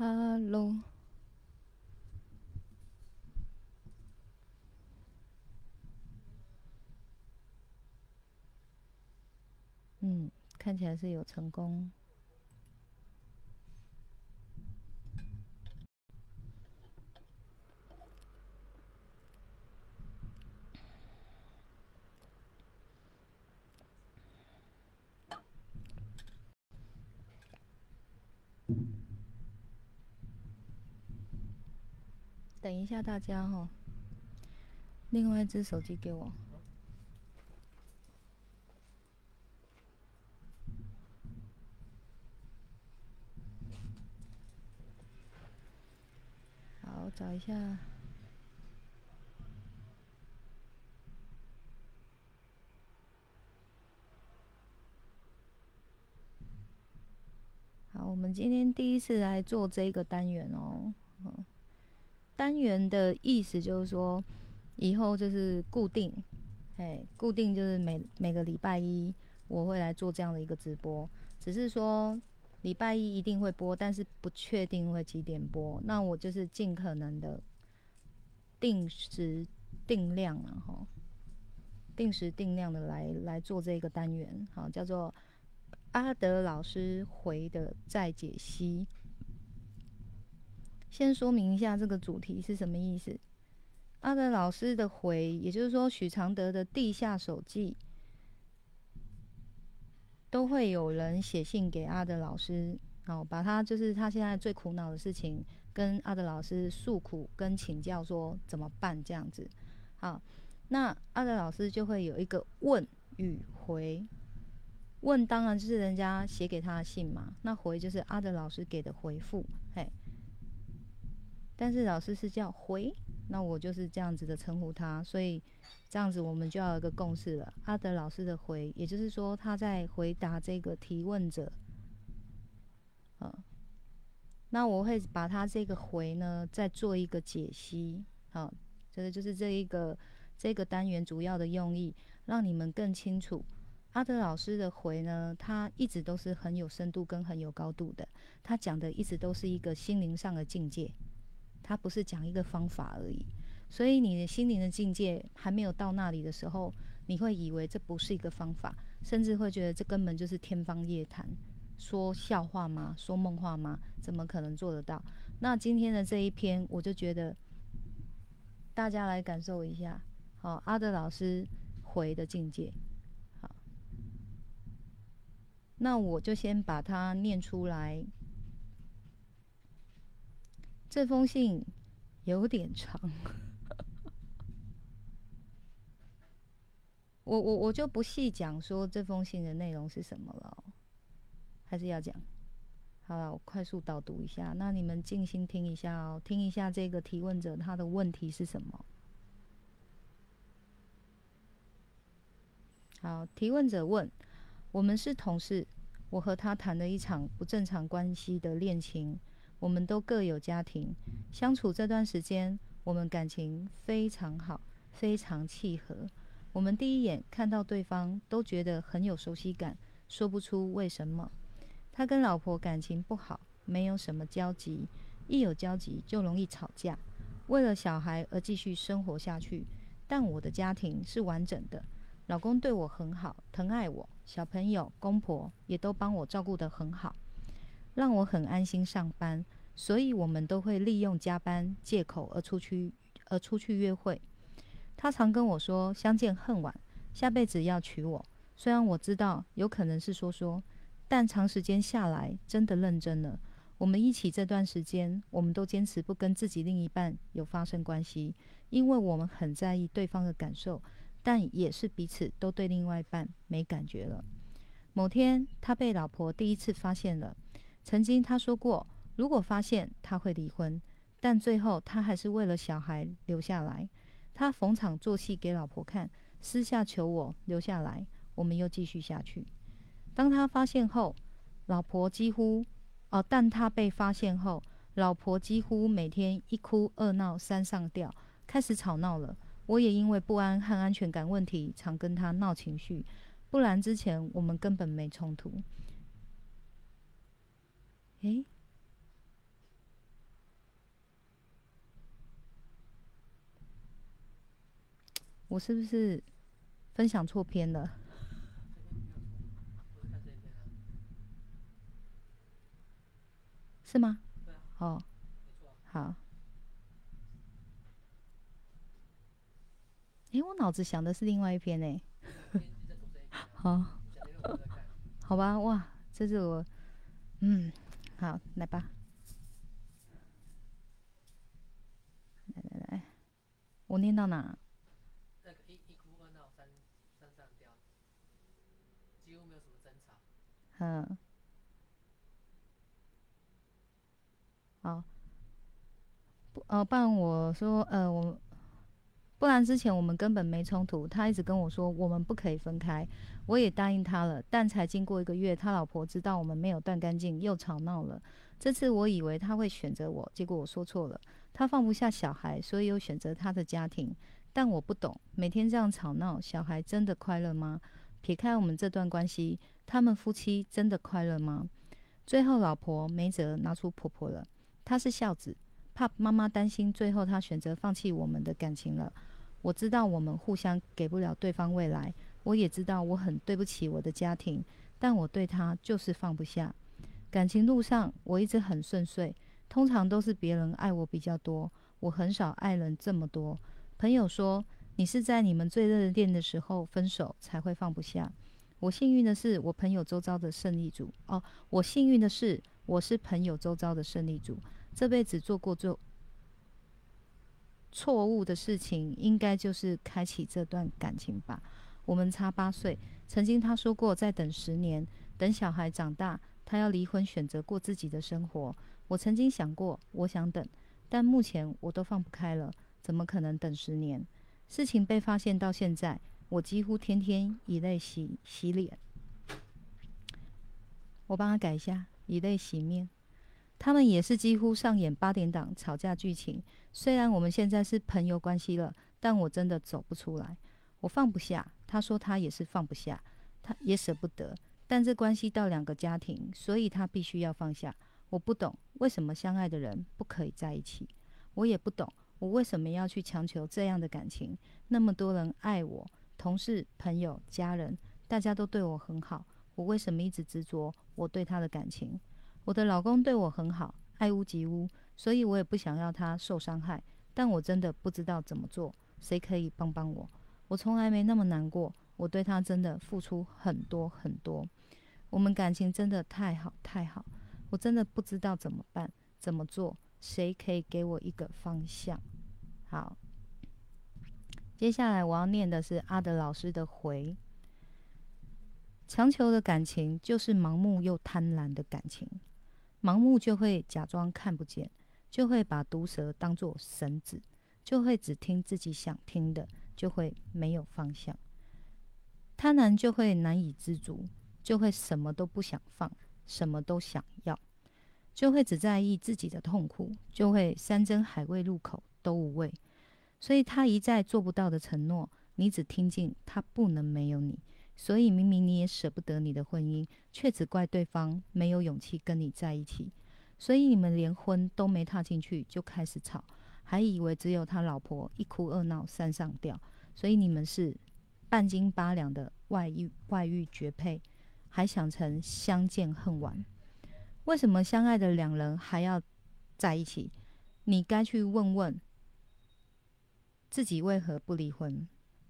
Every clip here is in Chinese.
Hello，看起来是有成功。等一下，大家哈，另外一只手机给我。好，找一下。好，我们今天第一次来做这个单元哦。单元的意思就是说，以后就是固定，固定就是每个礼拜一我会来做这样的一个直播，只是说礼拜一一定会播，但是不确定会几点播。那我就是尽可能的定时定量啊，哈，定时定量的来做这个单元，好，叫做阿德老师回的再解析。先说明一下这个主题是什么意思。阿德老师的回，也就是说许常德的地下手记，都会有人写信给阿德老师，把他就是他现在最苦恼的事情跟阿德老师诉苦跟请教说怎么办这样子。好，那阿德老师就会有一个问与回。问当然就是人家写给他的信嘛，那回就是阿德老师给的回复，但是老师是叫回，那我就是这样子的称呼他，所以这样子我们就要有一个共识了。阿德老师的回，也就是说他在回答这个提问者，那我会把他这个回呢再做一个解析，这个就是这个单元主要的用意，让你们更清楚。阿德老师的回呢，他一直都是很有深度跟很有高度的，他讲的一直都是一个心灵上的境界，他不是讲一个方法而已。所以你的心灵的境界还没有到那里的时候，你会以为这不是一个方法，甚至会觉得这根本就是天方夜谭，说笑话吗？说梦话吗？怎么可能做得到？那今天的这一篇，我就觉得大家来感受一下，好，阿德老师回的境界。好，那我就先把它念出来。这封信有点长，我就不细讲说这封信的内容是什么了，还是要讲？好了，我快速导读一下，那你们静心听一下哦，听一下这个提问者他的问题是什么。好，提问者问：我们是同事，我和他谈了一场不正常关系的恋情，我们都各有家庭，相处这段时间，我们感情非常好，非常契合。我们第一眼看到对方都觉得很有熟悉感，说不出为什么。他跟老婆感情不好，没有什么交集，一有交集就容易吵架，为了小孩而继续生活下去。但我的家庭是完整的，老公对我很好，疼爱我，小朋友、公婆也都帮我照顾得很好，让我很安心上班。所以我们都会利用加班借口而出去约会。他常跟我说相见恨晚，下辈子要娶我。虽然我知道有可能是说说，但长时间下来真的认真了。我们一起这段时间，我们都坚持不跟自己另一半有发生关系，因为我们很在意对方的感受，但也是彼此都对另外一半没感觉了。某天，他被老婆第一次发现了。曾经他说过，如果发现他会离婚，但最后他还是为了小孩留下来。他逢场作戏给老婆看，私下求我留下来，我们又继续下去。当他发现后，老婆几乎但他被发现后，老婆几乎每天一哭二闹三上吊，开始吵闹了。我也因为不安和安全感问题，常跟他闹情绪，不然之前我们根本没冲突。诶， 我是不是分享错篇了？是吗？哦，好。诶，我脑子想的是另外一篇呢。好，好吧，哇，这是我，嗯，好，来吧，来，我念到哪？嗯，好，不然我说，不然之前我们根本没冲突，他一直跟我说我们不可以分开，我也答应他了，但才经过1个月，他老婆知道我们没有断干净，又吵闹了。这次我以为他会选择我，结果我说错了，他放不下小孩，所以又选择他的家庭。但我不懂，每天这样吵闹，小孩真的快乐吗？撇开我们这段关系，他们夫妻真的快乐吗？最后，老婆没辙，拿出婆婆了。她是孝子，怕妈妈担心，最后她选择放弃我们的感情了。我知道我们互相给不了对方未来，我也知道我很对不起我的家庭，但我对他就是放不下。感情路上我一直很顺遂，通常都是别人爱我比较多，我很少爱人这么多。朋友说你是在你们最热恋的时候分手才会放不下。我幸运的是，我朋友周遭的胜利组哦。我幸运的是，我是朋友周遭的胜利组。这辈子做过最错误的事情，应该就是开启这段感情吧。我们差8岁，曾经他说过，再等10年，等小孩长大，他要离婚，选择过自己的生活。我曾经想过，我想等，但目前我都放不开了，怎么可能等10年？事情被发现到现在，我几乎天天以泪洗脸。我帮他改一下，以泪洗面。他们也是几乎上演8点档吵架剧情。虽然我们现在是朋友关系了，但我真的走不出来，我放不下。他说他也是放不下，他也舍不得，但这关系到2个家庭，所以他必须要放下。我不懂为什么相爱的人不可以在一起，我也不懂我为什么要去强求这样的感情。那么多人爱我，同事、朋友、家人，大家都对我很好，我为什么一直执着我对他的感情？我的老公对我很好，爱屋及乌，所以我也不想要他受伤害。但我真的不知道怎么做，谁可以帮帮我？我从来没那么难过，我对他真的付出很多很多。我们感情真的太好太好，我真的不知道怎么办，怎么做？谁可以给我一个方向？好，接下来我要念的是阿德老师的回。强求的感情就是盲目又贪婪的感情。盲目就会假装看不见，就会把毒蛇当作绳子，就会只听自己想听的，就会没有方向。贪婪就会难以知足，就会什么都不想放，什么都想要，就会只在意自己的痛苦，就会山珍海味入口都无味。所以他一再做不到的承诺，你只听进他不能没有你。所以明明你也舍不得你的婚姻，却只怪对方没有勇气跟你在一起。所以你们连婚都没踏进去就开始吵，还以为只有他老婆一哭二闹三上吊。所以你们是半斤八两的外遇绝配，还想成相见恨晚。为什么相爱的2人还要在一起？你该去问问自己为何不离婚？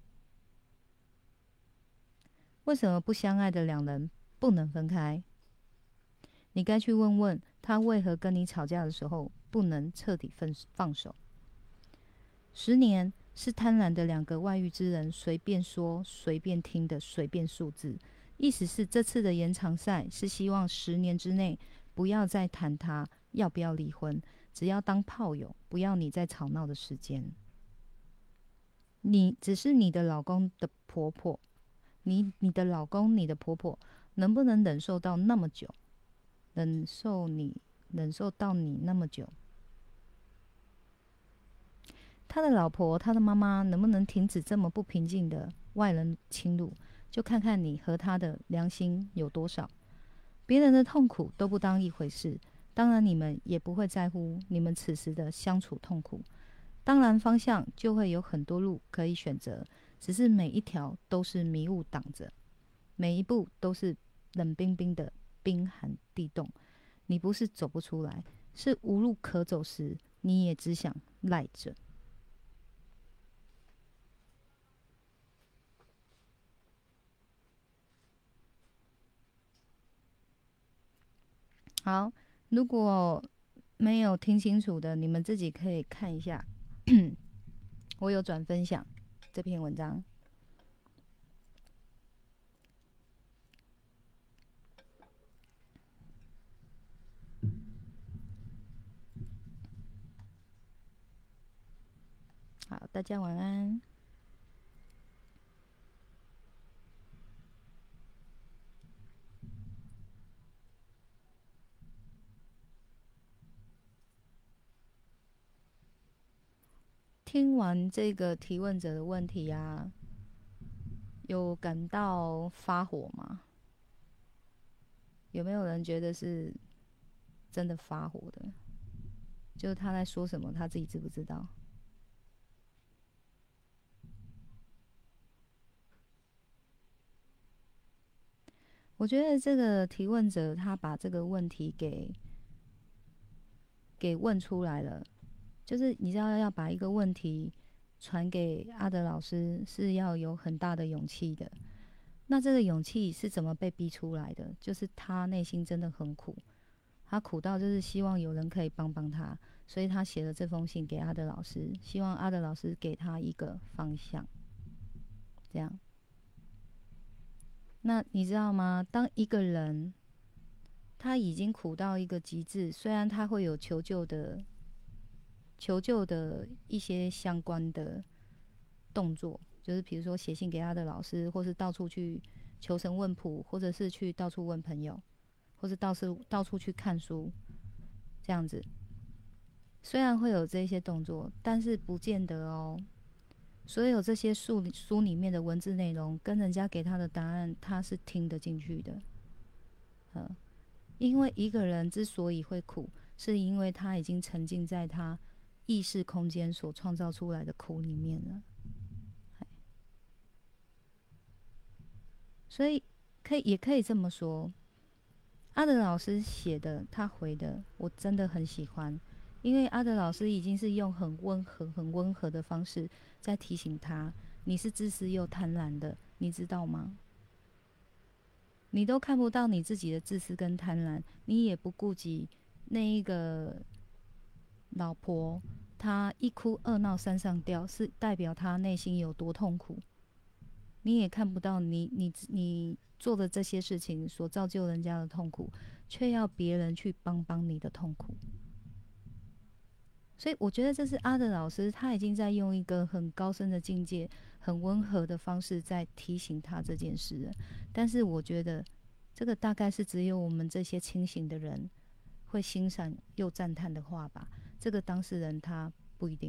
为什么不相爱的2人不能分开？你该去问问他为何跟你吵架的时候不能彻底放手。10年是贪婪的2个外遇之人随便说随便听的随便数字，意思是这次的延长赛是希望10年之内不要再谈他要不要离婚，只要当炮友，不要你在吵闹的时间。你只是你的老公的婆婆，你的老公、你的婆婆能不能忍受到那么久？忍受到你那么久？他的老婆、他的妈妈能不能停止这么不平静的外人侵入？就看看你和他的良心有多少。别人的痛苦都不当一回事，当然你们也不会在乎你们此时的相处痛苦。当然方向就会有很多路可以选择， 只是每一条都是迷雾挡着，每一步都是冷冰冰的冰寒地洞。你不是走不出来，是无路可走时，你也只想赖着。好，如果没有听清楚的，你们自己可以看一下，我有转分享这篇文章。好，大家晚安。听完这个提问者的问题啊，有感到发火吗？有没有人觉得是真的发火的？就是他在说什么，他自己知不知道？我觉得这个提问者他把这个问题给问出来了，就是你知道要把一个问题传给阿德老师是要有很大的勇气的。那这个勇气是怎么被逼出来的？就是他内心真的很苦，他苦到就是希望有人可以帮帮他，所以他写了这封信给阿德老师，希望阿德老师给他一个方向。这样，那你知道吗？当一个人他已经苦到一个极致，虽然他会有求救的一些相关的动作，就是比如说写信给他的老师，或是到处去求神问卜，或者是去到处问朋友，或是到处去看书，这样子。虽然会有这些动作，但是不见得哦。所有这些书里面的文字内容，跟人家给他的答案，他是听得进去的。因为一个人之所以会苦，是因为他已经沉浸在他意识空间所创造出来的苦里面了。所以也可以这么说，阿德老师写的，他回的，我真的很喜欢，因为阿德老师已经是用很温和的方式在提醒他，你是自私又贪婪的，你知道吗？你都看不到你自己的自私跟贪婪，你也不顾及那一个老婆，她一哭二闹三上吊，是代表她内心有多痛苦。你也看不到你做的这些事情所造就人家的痛苦，却要别人去帮你的痛苦。所以我觉得这是阿德老师他已经在用一个很高深的境界、很温和的方式在提醒他这件事了。但是我觉得这个大概是只有我们这些清醒的人会欣赏又赞叹的话吧。这个当事人他不一定。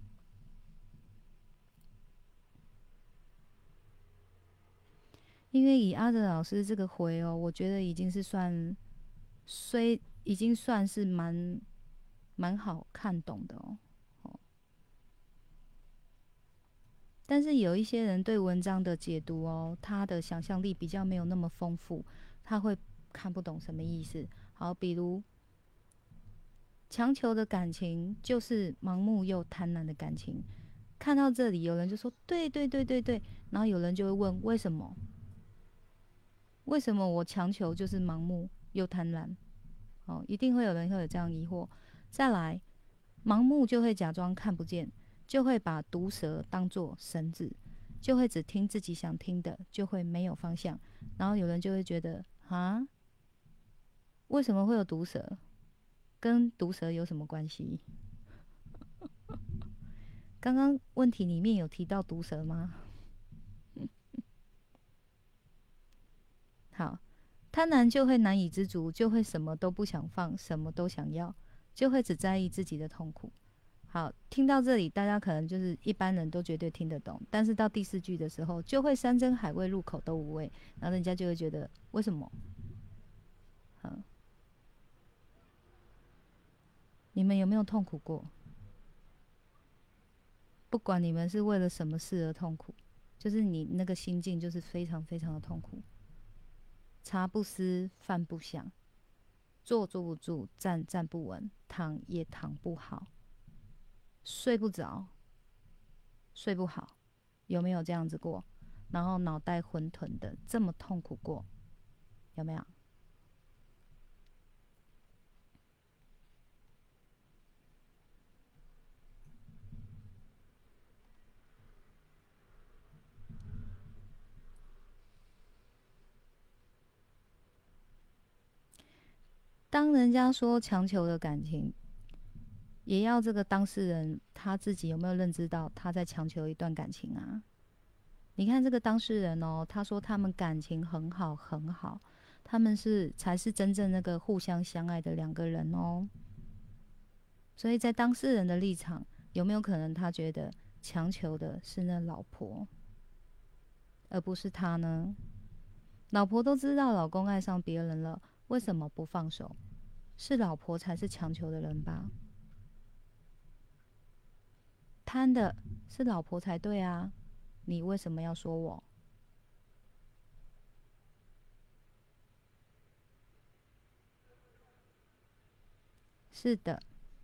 因为以阿德老师这个回哦，我觉得已经是虽已经算是蛮好看懂的哦。但是有一些人对文章的解读哦，他的想象力比较没有那么丰富，他会看不懂什么意思。好，比如强求的感情就是盲目又贪婪的感情。看到这里，有人就说对对对对对，然后有人就会问为什么？为什么我强求就是盲目又贪婪？哦，一定会有人会有这样疑惑。再来，盲目就会假装看不见，就会把毒蛇当作绳子，就会只听自己想听的，就会没有方向。然后有人就会觉得，啊，为什么会有毒蛇？跟毒蛇有什么关系？刚刚问题里面有提到毒蛇吗？好，贪婪就会难以知足，就会什么都不想放，什么都想要，就会只在意自己的痛苦。好，听到这里，大家可能就是一般人都绝对听得懂，但是到第四句的时候，就会山珍海味入口都无味，然后人家就会觉得为什么？你们有没有痛苦过？不管你们是为了什么事而痛苦， 就是你那个心境就是非常非常的痛苦，茶不思饭不想，坐不住，站不稳，躺也躺不好，睡不着，睡不好，有没有这样子过？然后脑袋混沌的，这么痛苦过，有没有？当人家说强求的感情，也要这个当事人他自己有没有认知到他在强求一段感情啊？你看这个当事人哦，他说他们感情很好很好，他们才是真正那个互相相爱的两个人哦。所以在当事人的立场，有没有可能他觉得强求的是那老婆，而不是他呢？老婆都知道老公爱上别人了，为什么不放手？是老婆才是强求的人吧？贪的是老婆才对啊，你为什么要说我？是的，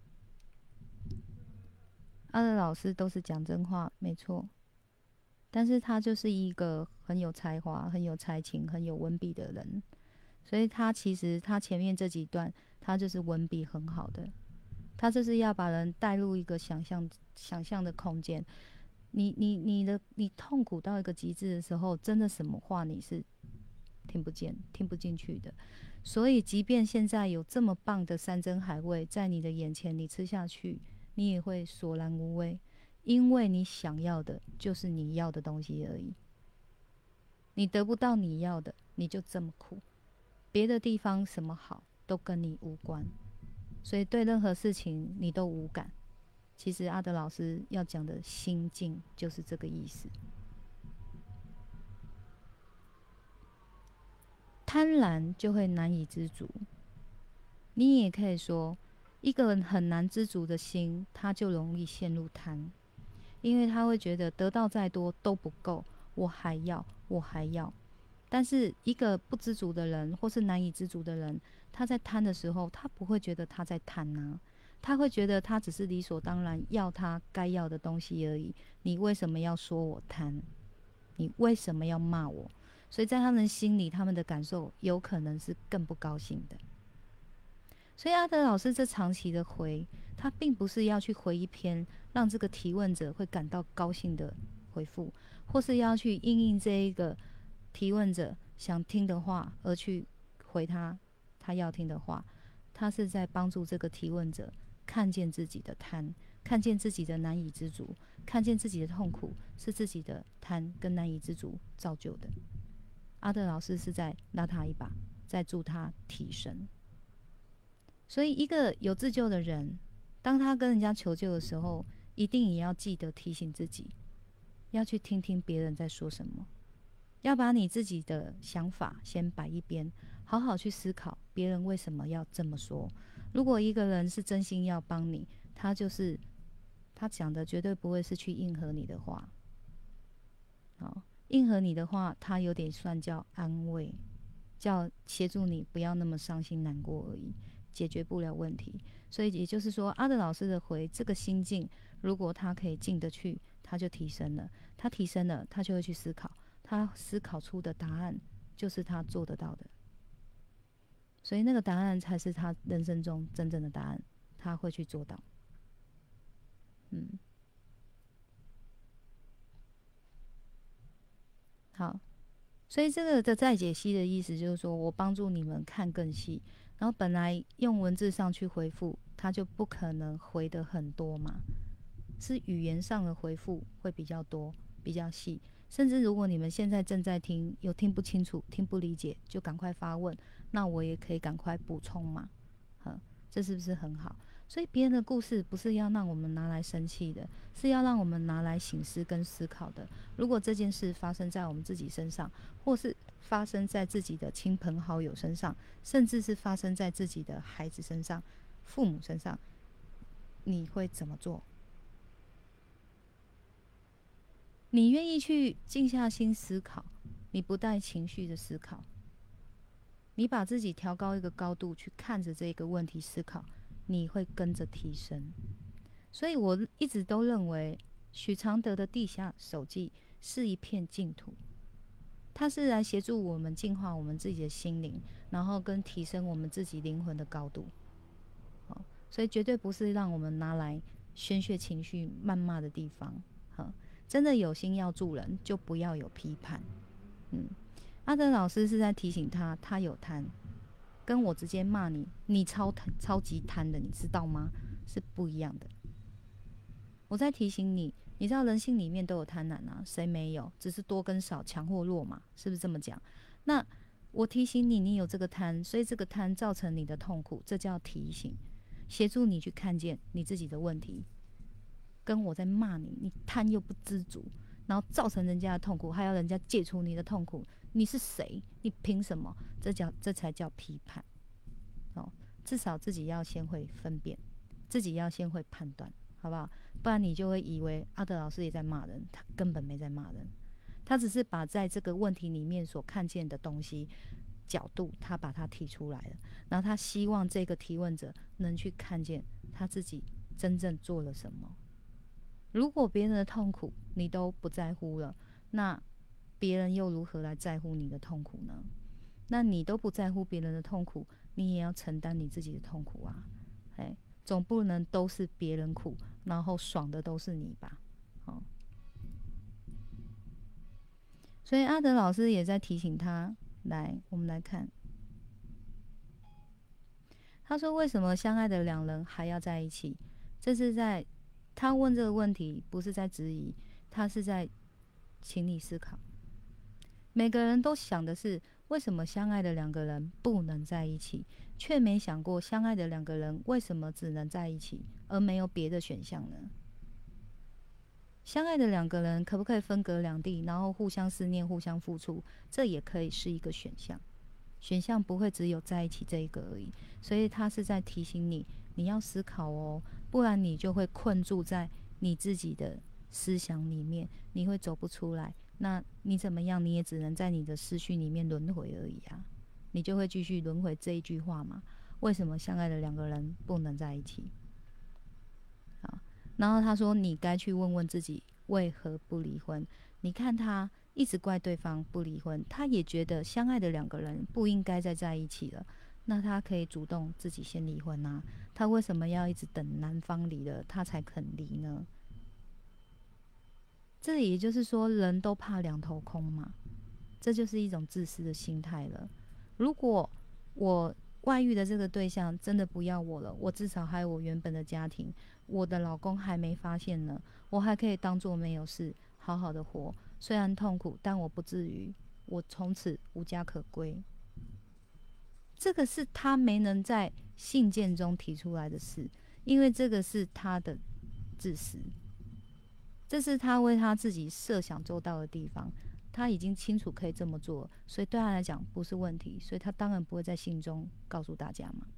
阿德老师都是讲真话，没错。但是他就是一个很有才华、很有才情、很有文笔的人，所以他其实他前面这几段，他就是文笔很好的，他就是要把人带入一个想象的空间。你痛苦到一个极致的时候，真的什么话你是听不进去的。所以，即便现在有这么棒的山珍海味在你的眼前，你吃下去，你也会索然无味，因为你想要的就是你要的东西而已。你得不到你要的，你就这么苦，别的地方什么好都跟你无关，所以对任何事情你都无感。其实阿德老师要讲的心境就是这个意思。贪婪就会难以知足，你也可以说，一个人很难知足的心，他就容易陷入贪，因为他会觉得得到再多都不够，我还要，我还要。但是一个不知足的人，或是难以知足的人，他在贪的时候，他不会觉得他在贪啊，他会觉得他只是理所当然要他该要的东西而已。你为什么要说我贪？你为什么要骂我？所以在他们心里，他们的感受有可能是更不高兴的。所以阿德老师这长期的回，他并不是要去回一篇让这个提问者会感到高兴的回复，或是要去应应这一个提问者想听的话而去回他要听的话。他是在帮助这个提问者看见自己的贪，看见自己的难以知足，看见自己的痛苦是自己的贪跟难以知足造就的。阿德老师是在拉他一把，在助他提升。所以，一个有自救的人，当他跟人家求救的时候，一定也要记得提醒自己，要去听听别人在说什么，要把你自己的想法先摆一边，好好去思考别人为什么要这么说。如果一个人是真心要帮你，他讲的绝对不会是去应和你的话。好，应和你的话，他有点算叫安慰，叫协助你不要那么伤心难过而已，解决不了问题。所以也就是说，阿德老师的回这个心境，如果他可以进得去，他就提升了。他提升了，他就会去思考，他思考出的答案就是他做得到的。所以那个答案才是他人生中真正的答案，他会去做到。嗯，好。所以这个的再解析的意思就是说，我帮助你们看更细，然后本来用文字上去回复，他就不可能回的很多嘛，是语言上的回复会比较多、比较细。甚至如果你们现在正在听，有听不清楚、听不理解，就赶快发问，那我也可以赶快补充嘛。这是不是很好？所以别人的故事不是要让我们拿来生气的，是要让我们拿来省思跟思考的。如果这件事发生在我们自己身上，或是发生在自己的亲朋好友身上，甚至是发生在自己的孩子身上、父母身上，你会怎么做？ 你愿意去静下心思考，你不带情绪的思考，你把自己调高一个高度去看着这个问题思考，你会跟着提升。所以我一直都认为许常德的地下手记是一片净土，它是来协助我们净化我们自己的心灵，然后跟提升我们自己灵魂的高度。所以绝对不是让我们拿来宣泄情绪、谩骂的地方。真的有心要助人，就不要有批判。阿德老师是在提醒他，他有贪，跟我直接骂你，你超级贪的，你知道吗？是不一样的。我在提醒你，你知道人性里面都有贪婪啊，谁没有？只是多跟少，强或弱嘛，是不是这么讲？那我提醒你，你有这个贪，所以这个贪造成你的痛苦，这叫提醒，协助你去看见你自己的问题。跟我在骂你，你贪又不知足，然后造成人家的痛苦，还要人家解除你的痛苦，你是谁？你凭什么？这才叫批判。至少自己要先会分辨，自己要先会判断，好不好？不然你就会以为阿德老师也在骂人，他根本没在骂人，他只是把在这个问题里面所看见的东西角度，他把它提出来了，然后他希望这个提问者能去看见他自己真正做了什么。如果别人的痛苦你都不在乎了，那别人又如何来在乎你的痛苦呢？那你都不在乎别人的痛苦，你也要承担你自己的痛苦啊！总不能都是别人苦，然后爽的都是你吧？所以阿德老师也在提醒他。来，我们来看，他说：“为什么相爱的两人还要在一起？”这是在他问这个问题，不是在质疑，他是在请你思考。每个人都想的是，为什么相爱的两个人不能在一起，却没想过相爱的两个人为什么只能在一起，而没有别的选项呢？相爱的两个人可不可以分隔两地，然后互相思念、互相付出？这也可以是一个选项。选项不会只有在一起这一个而已。所以他是在提醒你，你要思考哦，不然你就会困住在你自己的思想里面，你会走不出来。那你怎么样，你也只能在你的思绪里面轮回而已啊。你就会继续轮回这一句话嘛？为什么相爱的两个人不能在一起？好，然后他说，你该去问问自己为何不离婚。你看他一直怪对方不离婚，他也觉得相爱的两个人不应该再在一起了。那他可以主动自己先离婚啊，他为什么要一直等男方离了他才肯离呢？这也就是说，人都怕两头空嘛，这就是一种自私的心态了。如果我外遇的这个对象真的不要我了，我至少还有我原本的家庭，我的老公还没发现呢，我还可以当作没有事，好好的活。虽然痛苦，但我不至于我从此无家可归。这个是他没能在信件中提出来的事，因为这个是他的自私，这是他为他自己设想做到的地方。他已经清楚可以这么做，所以对他来讲不是问题，所以他当然不会在信中告诉大家嘛。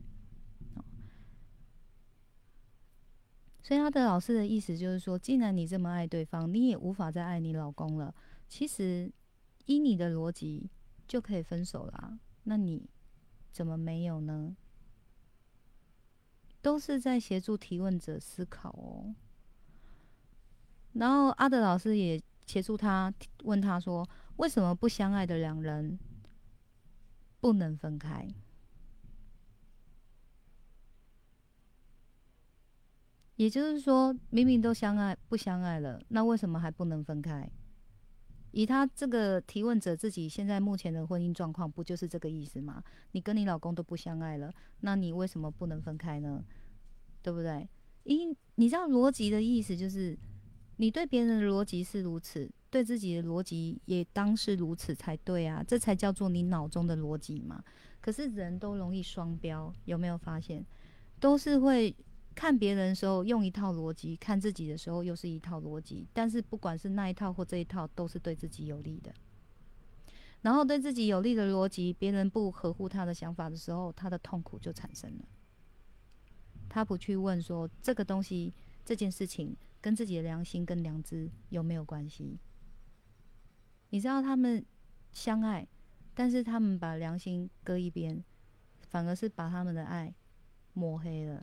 所以他的老师的意思就是说，既然你这么爱对方，你也无法再爱你老公了。其实依你的逻辑就可以分手啦，那你怎么没有呢？都是在协助提问者思考哦。然后阿德老师也协助他问他说，为什么不相爱的两人不能分开？也就是说，明明都相爱不相爱了，那为什么还不能分开？以他这个提问者自己现在目前的婚姻状况，不就是这个意思吗？你跟你老公都不相爱了，那你为什么不能分开呢？对不对？你知道逻辑的意思就是，你对别人的逻辑是如此，对自己的逻辑也当是如此才对啊，这才叫做你脑中的逻辑嘛。可是人都容易双标，有没有发现？都是会看别人的时候用一套逻辑，看自己的时候又是一套逻辑，但是不管是那一套或这一套，都是对自己有利的。然后对自己有利的逻辑，别人不合乎他的想法的时候，他的痛苦就产生了。他不去问说这个东西、这件事情跟自己的良心跟良知有没有关系， 你知道他们相爱，但是他们把良心搁一边，反而是把他们的爱抹黑了，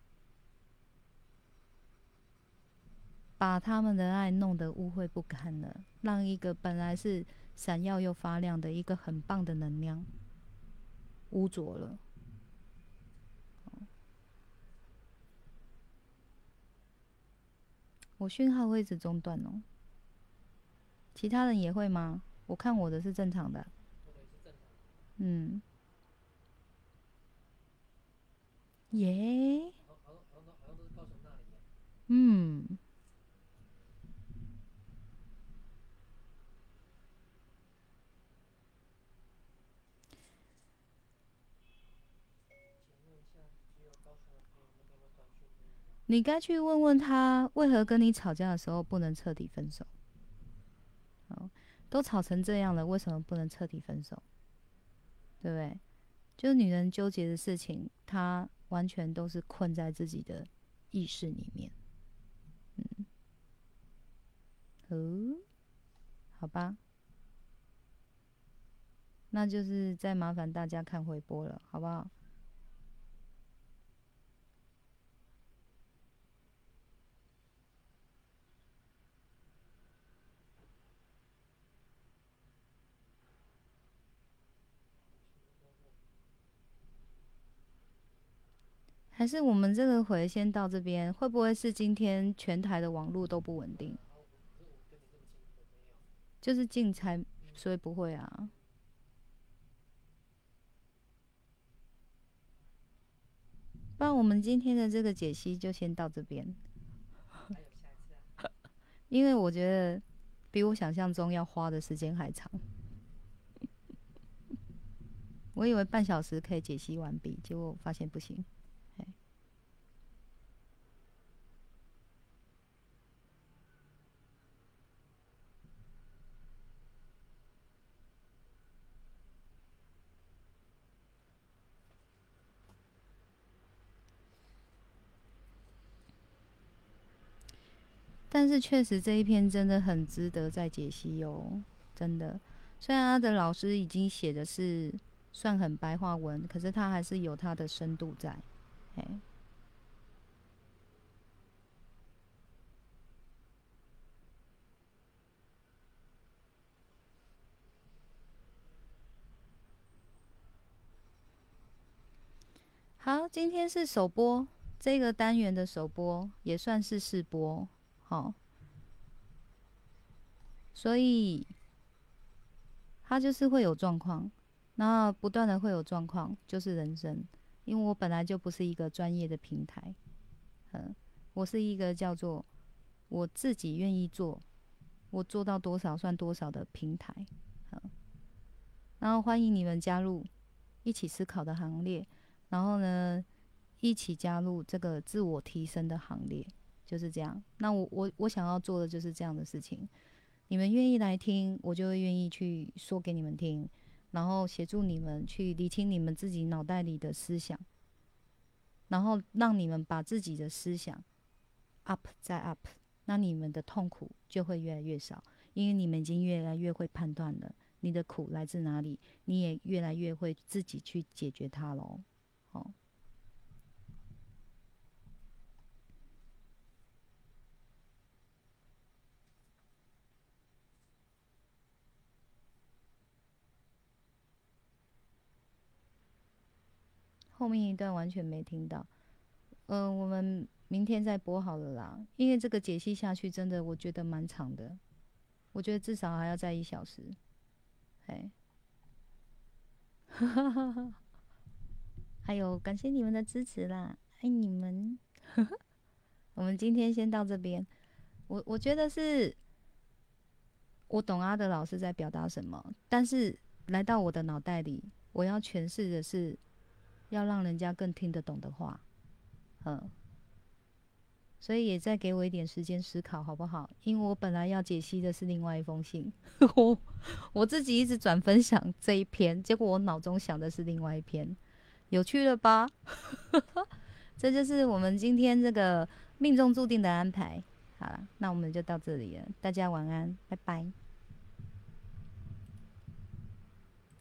把他们的爱弄得污秽不堪了，让一个本来是闪耀又发亮的一个很棒的能量污浊了。我讯号会一直中断哦，其他人也会吗？我看我的是正常的。嗯，耶，嗯，你该去问问他，为何跟你吵架的时候不能彻底分手？哦，都吵成这样了，为什么不能彻底分手？对不对？就是女人纠结的事情，她完全都是困在自己的意识里面。好吧，那就是再麻烦大家看回播了，好不好？还是我们这个回先到这边，会不会是今天全台的网络都不稳定？就是进才，所以不会啊。不然我们今天的这个解析就先到这边，因为我觉得比我想象中要花的时间还长。我以为半小时可以解析完毕，结果发现不行。但是确实这一篇真的很值得再解析哦，真的。虽然他的老师已经写的是算很白话文，可是他还是有他的深度在。嘿，好，今天是首播，这个单元的首播也算是试播，好，所以它就是会有状况，那不断的会有状况，就是人生。因为我本来就不是一个专业的平台，我是一个叫做我自己愿意做，我做到多少算多少的平台，然后欢迎你们加入一起思考的行列，然后呢，一起加入这个自我提升的行列，就是这样。那我想要做的就是这样的事情。你们愿意来听，我就会愿意去说给你们听，然后协助你们去理清你们自己脑袋里的思想，然后让你们把自己的思想 up 再 up，那你们的痛苦就会越来越少，因为你们已经越来越会判断了你的苦来自哪里，你也越来越会自己去解决它喽。好，后面一段完全没听到。我们明天再播好了啦，因为这个解析下去真的我觉得蛮长的，我觉得至少还要再1小时。哎，还有感谢你们的支持啦，爱你们。我们今天先到这边。我觉得是我懂阿德老师在表达什么，但是来到我的脑袋里，我要诠释的是要让人家更听得懂的话，嗯，所以也再给我一点时间思考，好不好？因为我本来要解析的是另外一封信，我自己一直转分享这一篇，结果我脑中想的是另外一篇，有趣了吧？这就是我们今天这个命中注定的安排。好了，那我们就到这里了，大家晚安，拜拜。